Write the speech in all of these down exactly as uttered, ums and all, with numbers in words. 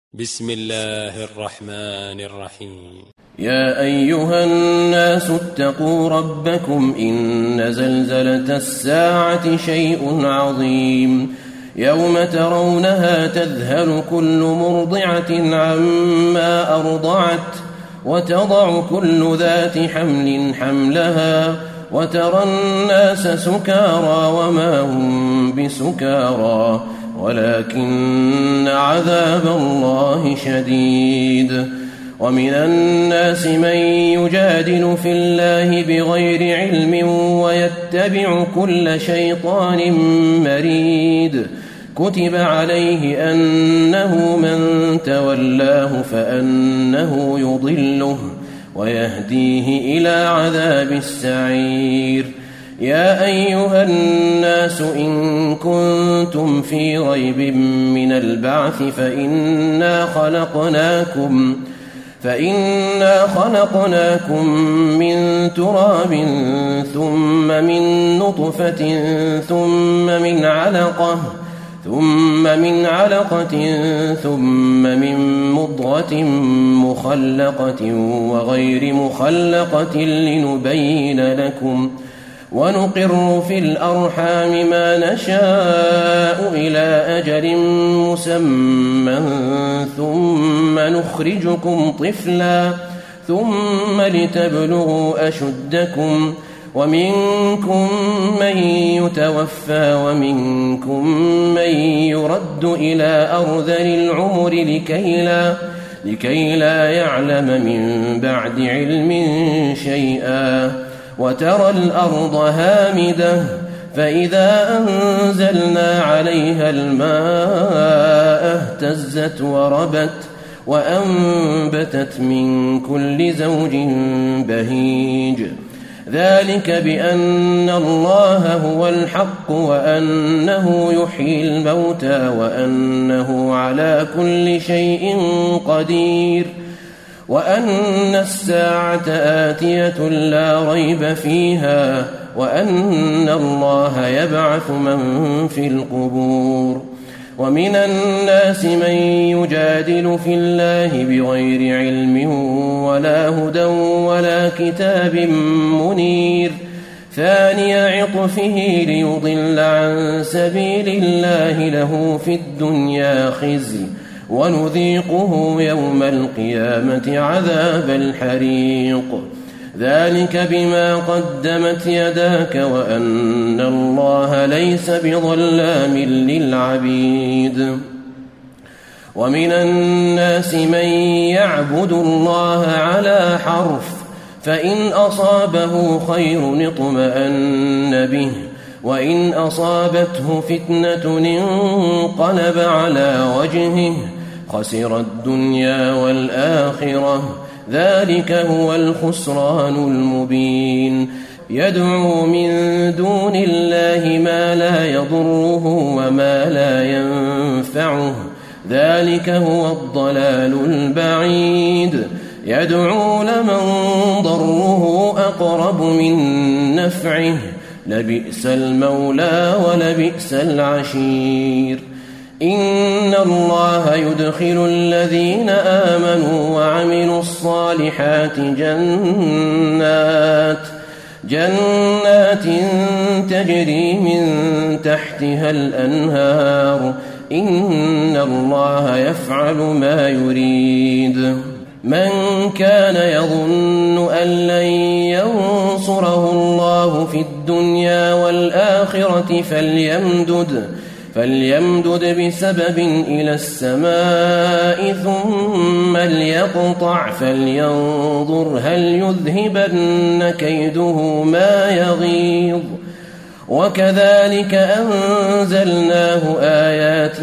بسم الله الرحمن الرحيم. يا أيها الناس اتقوا ربكم إن زلزلة الساعة شيء عظيم يوم ترونها تذهل كل مرضعة عما أرضعت وتضع كل ذات حمل حملها وترى الناس سكارى وما هم بسكارى ولكن عذاب الله شديد. ومن الناس من يجادل في الله بغير علم ويتبع كل شيطان مريد كتب عليه أنه من تولاه فأنه يضله ويهديه إلى عذاب السعير. يا أيها الناس إن كنتم في ريب من البعث فإنا خلقناكم فإنا خلقناكم من تراب ثم من نطفة ثم من علقة ثم من علقة ثم من مضغة مخلقة وغير مخلقة لنبين لكم ونقر في الأرحام ما نشاء إلى أجل مسمى ثم نخرجكم طفلا ثم لتبلغوا أشدكم ومنكم من يتوفى ومنكم من يرد إلى أرذل العمر لكي لا, لكي لا يعلم من بعد علم شيئا. وترى الأرض هامدة فإذا أنزلنا عليها الماء اهتزت وربت وأنبتت من كل زوج بهيج. ذلك بأن الله هو الحق وأنه يحيي الموتى وأنه على كل شيء قدير وأن الساعة آتية لا ريب فيها وأن الله يبعث من في القبور. ومن الناس من يجادل في الله بغير علم ولا هدى ولا كتاب منير ثاني عطفه ليضل عن سبيل الله له في الدنيا خزي ونذيقه يوم القيامة عذاب الحريق. ذلك بما قدمت يداك وأن الله ليس بظلام للعبيد. ومن الناس من يعبد الله على حرف فإن أصابه خير اطمأن به وإن أصابته فتنة انقلب على وجهه خسر الدنيا والآخرة ذلك هو الخسران المبين. يدعو من دون الله ما لا يضره وما لا ينفعه ذلك هو الضلال البعيد. يدعو لمن ضره أقرب من نفعه لبئس المولى ولبئس العشير. إن الله يدخل الذين آمنوا وعملوا الصالحات جنات جنات تجري من تحتها الأنهار إن الله يفعل ما يريد. من كان يظن أن لن ينصره الله في الدنيا والآخرة فليمدد فليمدد بسبب إلى السماء ثم ليقطع فلينظر هل يذهبن كيده ما يغيظ. وكذلك أنزلناه آيات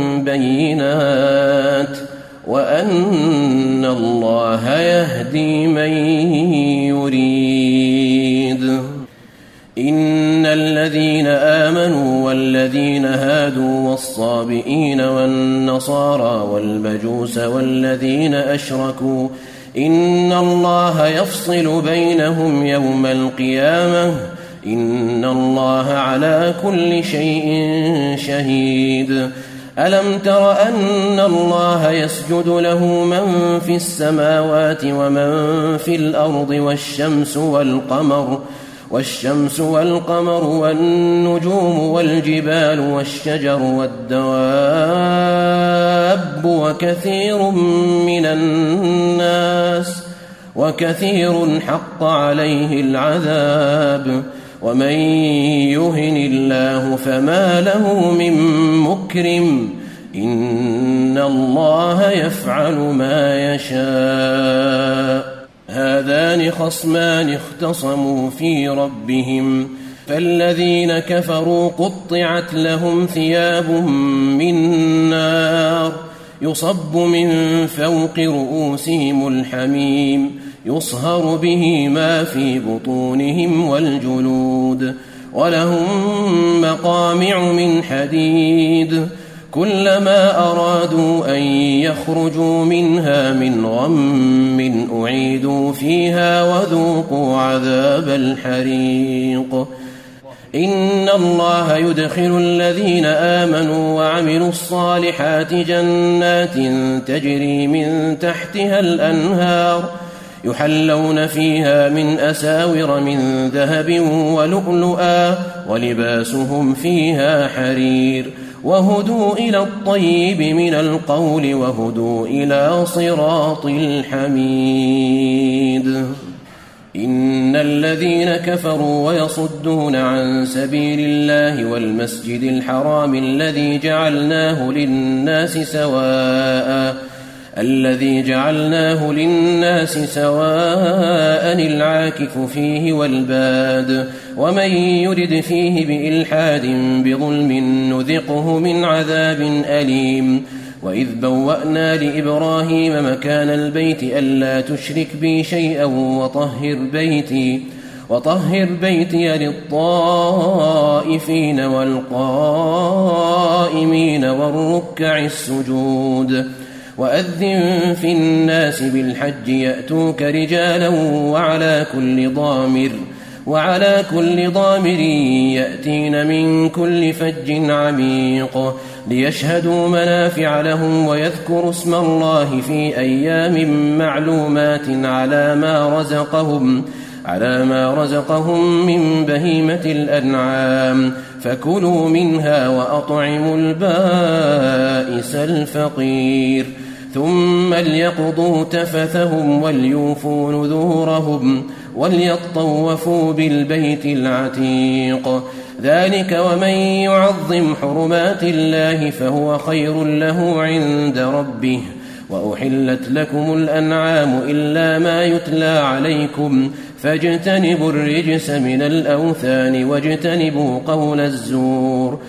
بينات وأن الله يهدي من يريد. إن الذين آمنوا والذين هادوا والصابئين والنصارى والمجوس والذين أشركوا إن الله يفصل بينهم يوم القيامة إن الله على كل شيء شهيد. ألم تر أن الله يسجد له من في السماوات ومن في الأرض والشمس والقمر والشمس والقمر والنجوم والجبال والشجر والدواب وكثير من الناس وكثير حق عليه العذاب ومن يهن الله فما له من مكرم إن الله يفعل ما يشاء هذان خصمان اختصموا في ربهم فالذين كفروا قطعت لهم ثياب من نار يصب من فوق رؤوسهم الحميم يصهر به ما في بطونهم والجلود ولهم مقامع من حديد كلما أرادوا أن يخرجوا منها من غم أعيدوا فيها وذوقوا عذاب الحريق إن الله يدخل الذين آمنوا وعملوا الصالحات جنات تجري من تحتها الأنهار يحلون فيها من أساور من ذهب ولؤلؤا ولباسهم فيها حرير وهدوا إلى الطيب من القول وهدوا إلى صراط الحميد إن الذين كفروا ويصدون عن سبيل الله والمسجد الحرام الذي جعلناه للناس سواء الذي جعلناه للناس سواء العاكف فيه والباد ومن يرد فيه بإلحاد بظلم نذقه من عذاب أليم وإذ بوأنا لإبراهيم مكان البيت ألا تشرك بي شيئا وطهر بيتي وطهر بيتي للطائفين والقائمين والركع السجود وأذن في الناس بالحج يأتوك رجالا وعلى كل ضامر وعلى كل ضامر يأتين من كل فج عميق ليشهدوا منافع لهم ويذكروا اسم الله في أيام معلومات على ما رزقهم على ما رزقهم من بهيمة الأنعام فكلوا منها وأطعموا البائس الفقير ثم ليقضوا تفثهم وليوفوا نذورهم وليطوفوا بالبيت العتيق ذلك ومن يعظم حرمات الله فهو خير له عند ربه وأحلت لكم الأنعام إلا ما يتلى عليكم فاجتنبوا الرجس من الأوثان واجتنبوا قول الزور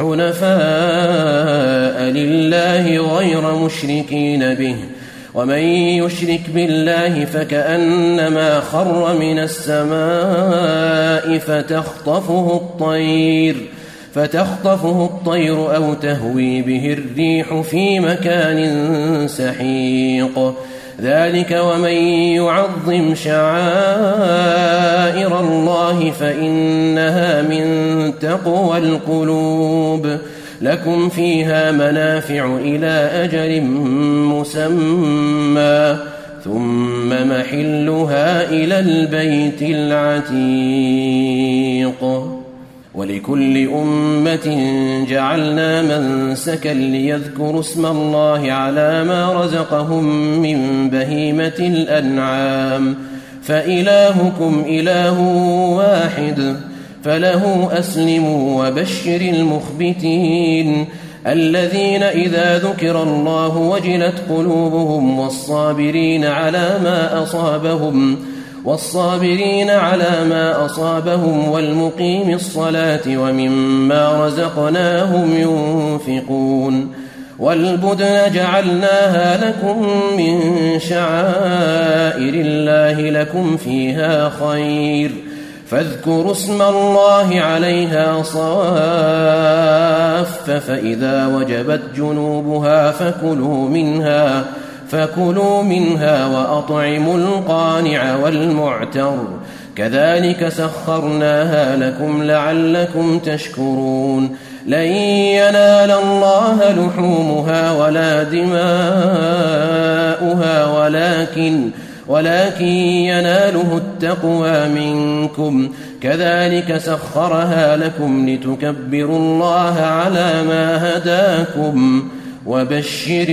حنفاء لله غير مشركين به ومن يشرك بالله فكأنما خر من السماء فتخطفه الطير فتخطفه الطير أو تهوي به الريح في مكان سحيق ذلك ومن يعظم شعائر الله فإنها من تقوى القلوب لكم فيها منافع إلى أجل مسمى ثم محلها إلى البيت العتيق ولكل أمة جعلنا منسكا ليذكروا اسم الله على ما رزقهم من بهيمة الأنعام فإلهكم إله واحد فله أسلموا وبشر المخبتين الذين إذا ذكر الله وجلت قلوبهم والصابرين على ما أصابهم والصابرين على ما أصابهم والمقيم الصلاة ومما رزقناهم ينفقون والبدن جعلناها لكم من شعائر الله لكم فيها خير فاذكروا اسم الله عليها صواف فإذا وجبت جنوبها فكلوا منها فكلوا منها وأطعموا القانع والمعتر كذلك سخرناها لكم لعلكم تشكرون لن ينال الله لحومها ولا دماؤها ولكن ولكن يناله التقوى منكم كذلك سخرها لكم لتكبروا الله على ما هداكم وبشر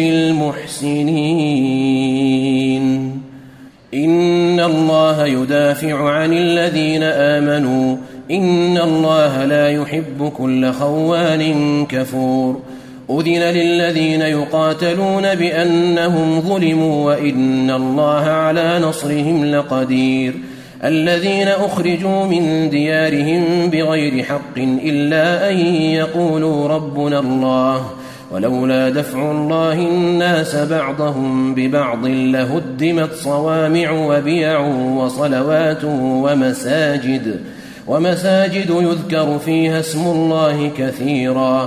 المحسنين إن الله يدافع عن الذين آمنوا إن الله لا يحب كل خوان كفور أذن للذين يقاتلون بأنهم ظلموا وإن الله على نصرهم لقدير الذين أخرجوا من ديارهم بغير حق إلا أن يقولوا ربنا الله ولولا دفع الله الناس بعضهم ببعض لهدمت صوامع وبيع وصلوات ومساجد ومساجد يذكر فيها اسم الله كثيرا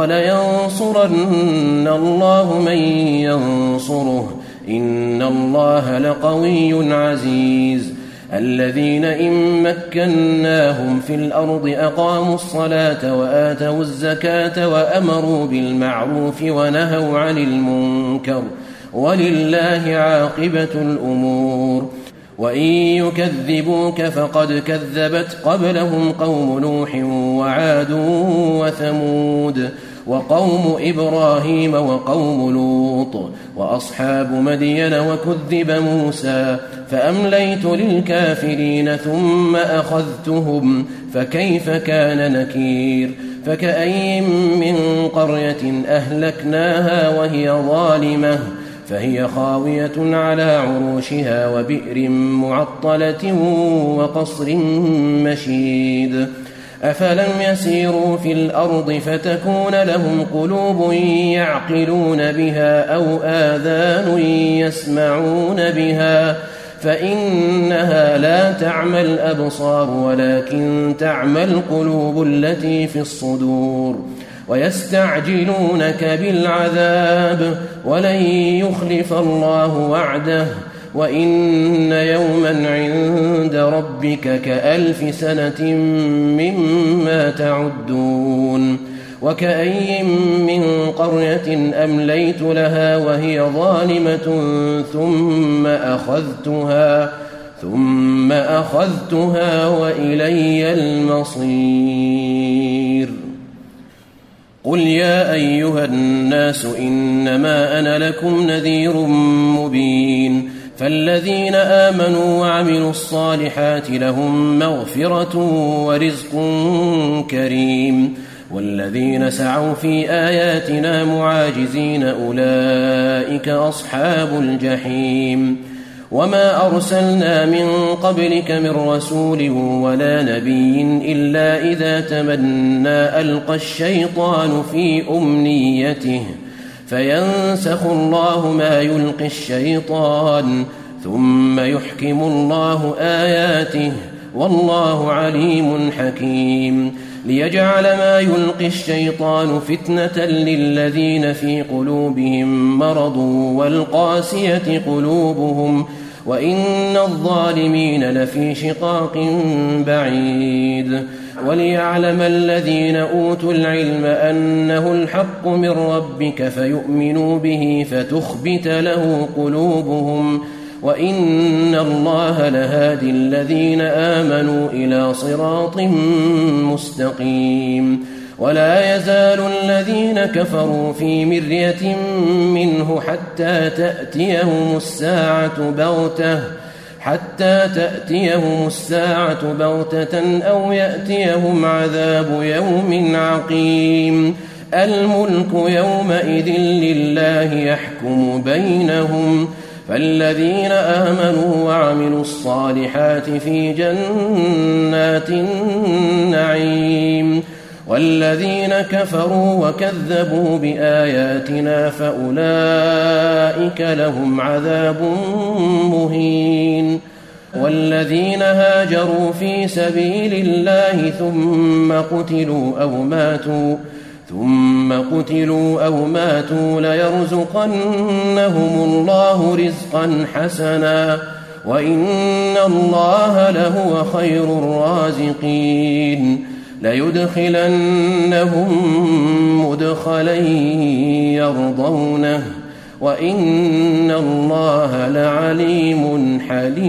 ولينصرن الله من ينصره إن الله لقوي عزيز الذين إن مكناهم في الأرض أقاموا الصلاة وآتوا الزكاة وأمروا بالمعروف ونهوا عن المنكر ولله عاقبة الأمور وإن يكذبوك فقد كذبت قبلهم قوم نوح وعاد وثمود وقوم إبراهيم وقوم لوط وأصحاب مدين وكذب موسى فأمليت للكافرين ثم أخذتهم فكيف كان نكير فكأي من قرية أهلكناها وهي ظالمة فهي خاوية على عروشها وبئر معطلة وقصر مشيد أفلم يسيروا في الأرض فتكون لهم قلوب يعقلون بها أو آذان يسمعون بها فإنها لا تعمى الأبصار ولكن تعمى القلوب التي في الصدور ويستعجلونك بالعذاب ولن يخلف الله وعده وإن يوما عند ربك كألف سنة مما تعدون وكأي من قرية أمليت لها وهي ظالمة ثم أخذتها ثم أخذتها وإلي المصير قل يا أيها الناس إنما أنا لكم نذير مبين فالذين آمنوا وعملوا الصالحات لهم مغفرة ورزق كريم والذين سعوا في آياتنا معاجزين أولئك أصحاب الجحيم وما أرسلنا من قبلك من رسول ولا نبي إلا إذا تمنى ألقى الشيطان في أمنيته فينسخ الله ما يلقي الشيطان ثم يحكم الله آياته والله عليم حكيم ليجعل ما يلقي الشيطان فتنة للذين في قلوبهم مرض والقاسية قلوبهم وإن الظالمين لفي شقاق بعيد وليعلم الذين أوتوا العلم أنه الحق من ربك فيؤمنوا به فتخبت له قلوبهم وإن الله لهادي الذين آمنوا إلى صراط مستقيم ولا يزال الذين كفروا في مرية منه حتى تأتيهم الساعة بغتة حتى تأتيهم الساعة بغتة أو يأتيهم عذاب يوم عقيم الملك يومئذ لله يحكم بينهم فالذين آمنوا وعملوا الصالحات في جنات النعيم والذين كفروا وكذبوا بآياتنا فأولئك لهم عذاب مهين والذين هاجروا في سبيل الله ثم قتلوا أو ماتوا ثم قتلوا أو ماتوا ليرزقنهم الله رزقا حسنا وإن الله لهو خير الرازقين ليدخلنهم مدخلا يرضونه وإن الله لعليم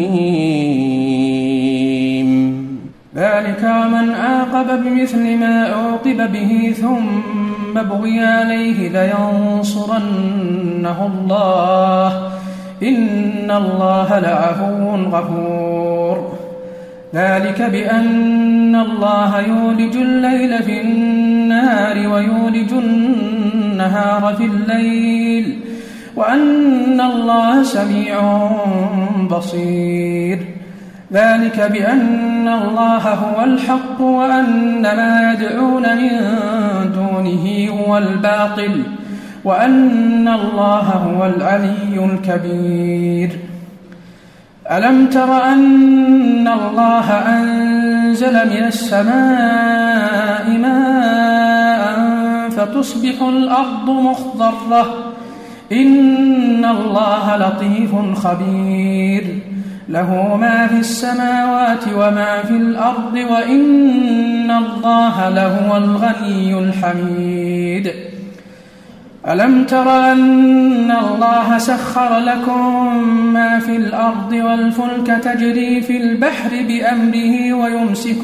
حليم. ذلك ومن عاقب بمثل ما عوقب به ثم بغي عليه لينصرنه الله إن الله لعفو غفور. ذلك بأن الله يولج الليل في النهار ويولج النهار في الليل وأن الله سميع بصير. ذلك بأن الله هو الحق وأن ما يدعون من دونه هو الباطل وأن الله هو العلي الكبير. ألم تر أن الله أنزل من السماء ماء فتصبح الأرض مخضرة إن الله لطيف خبير له ما في السماوات وما في الأرض وإن الله لهو الغني الحميد. ألم تر أن الله سخر لكم ما في الأرض والفلك تجري في البحر بأمره ويمسك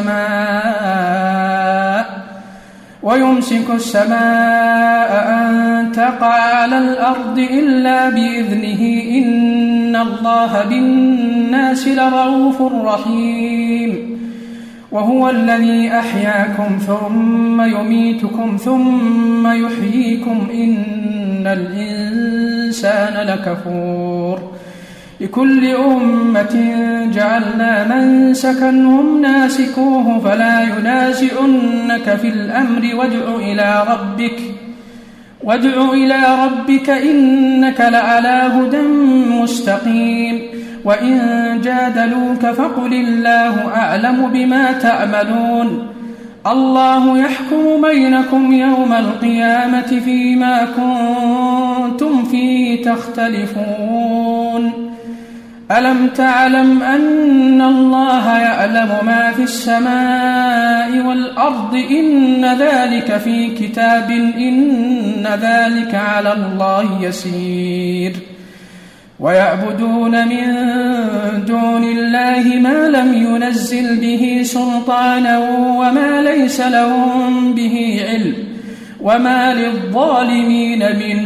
السماء ويمسك السماء أن تقع على الأرض إلا بإذنه إن الله بالناس لرؤوف رحيم. وهو الذي أحياكم ثم يميتكم ثم يحييكم إن الإنسان لكفور. لكل أمة جعلنا منسكا هم ناسكوه فلا ينازعنك في الأمر وادع إلى ربك وادع إلى ربك إنك لعلى هدى مستقيم. وإن جادلوك فقل الله أعلم بما تعملون الله يحكم بينكم يوم القيامة فيما كنتم فيه تختلفون. ألم تعلم أن الله يعلم ما في السماء والأرض إن ذلك في كتاب إن ذلك على الله يسير. ويعبدون من دون الله ما لم ينزل به سلطانا وما ليس لهم به علم وما للظالمين من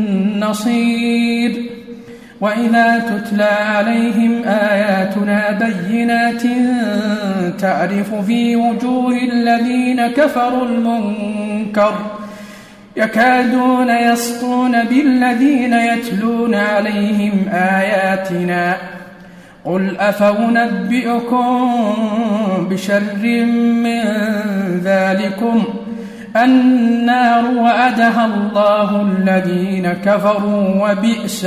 نصير. وإذا تتلى عليهم آياتنا بينات تعرف في وجوه الذين كفروا المنكر يكادون يسطون بالذين يتلون عليهم آياتنا قل أفأنبئكم بشر من ذلكم النار وعدها الله الذين كفروا وبئس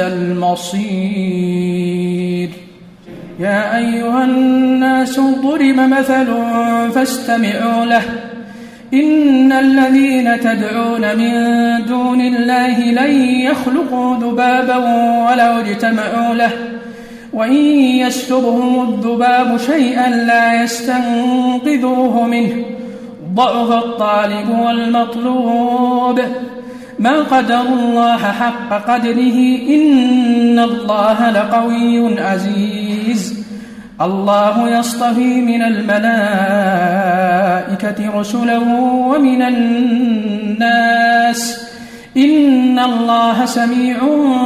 المصير. يا أيها الناس ضرب مثل فاستمعوا له إن الذين تدعون من دون الله لن يخلقوا ذبابا ولو اجتمعوا له وإن يسلبهم الذباب شيئا لا يستنقذوه منه ضعف الطالب والمطلوب ما قدر الله حق قدره إن الله لقوي عزيز. الله يصطفي من الملائكة رسلا ومن الناس إن الله سميع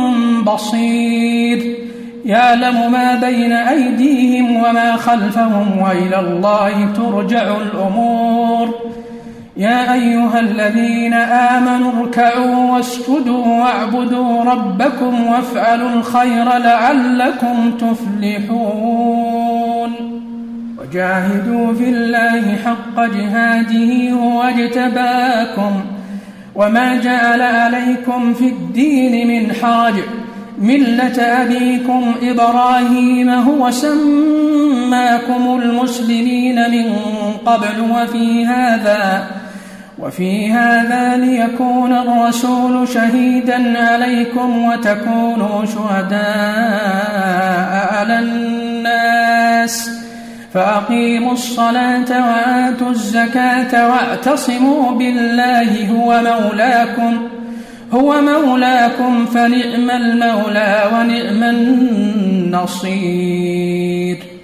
بصير يعلم ما بين أيديهم وما خلفهم وإلى الله ترجع الأمور. يا أيها الذين آمنوا اركعوا واسجدوا واعبدوا ربكم وافعلوا الخير لعلكم تفلحون. وجاهدوا في الله حق جهاده هو اجتباكم وما جعل عليكم في الدين من حرج ملة أبيكم إبراهيم هو سماكم المسلمين من قبل وفي هذا وفي هذا ليكون الرسول شهيدا عليكم وتكونوا شهداء على الناس فأقيموا الصلاة وآتوا الزكاة واعتصموا بالله هو مولاكم هو مولاكم فنعم المولى ونعم النصير.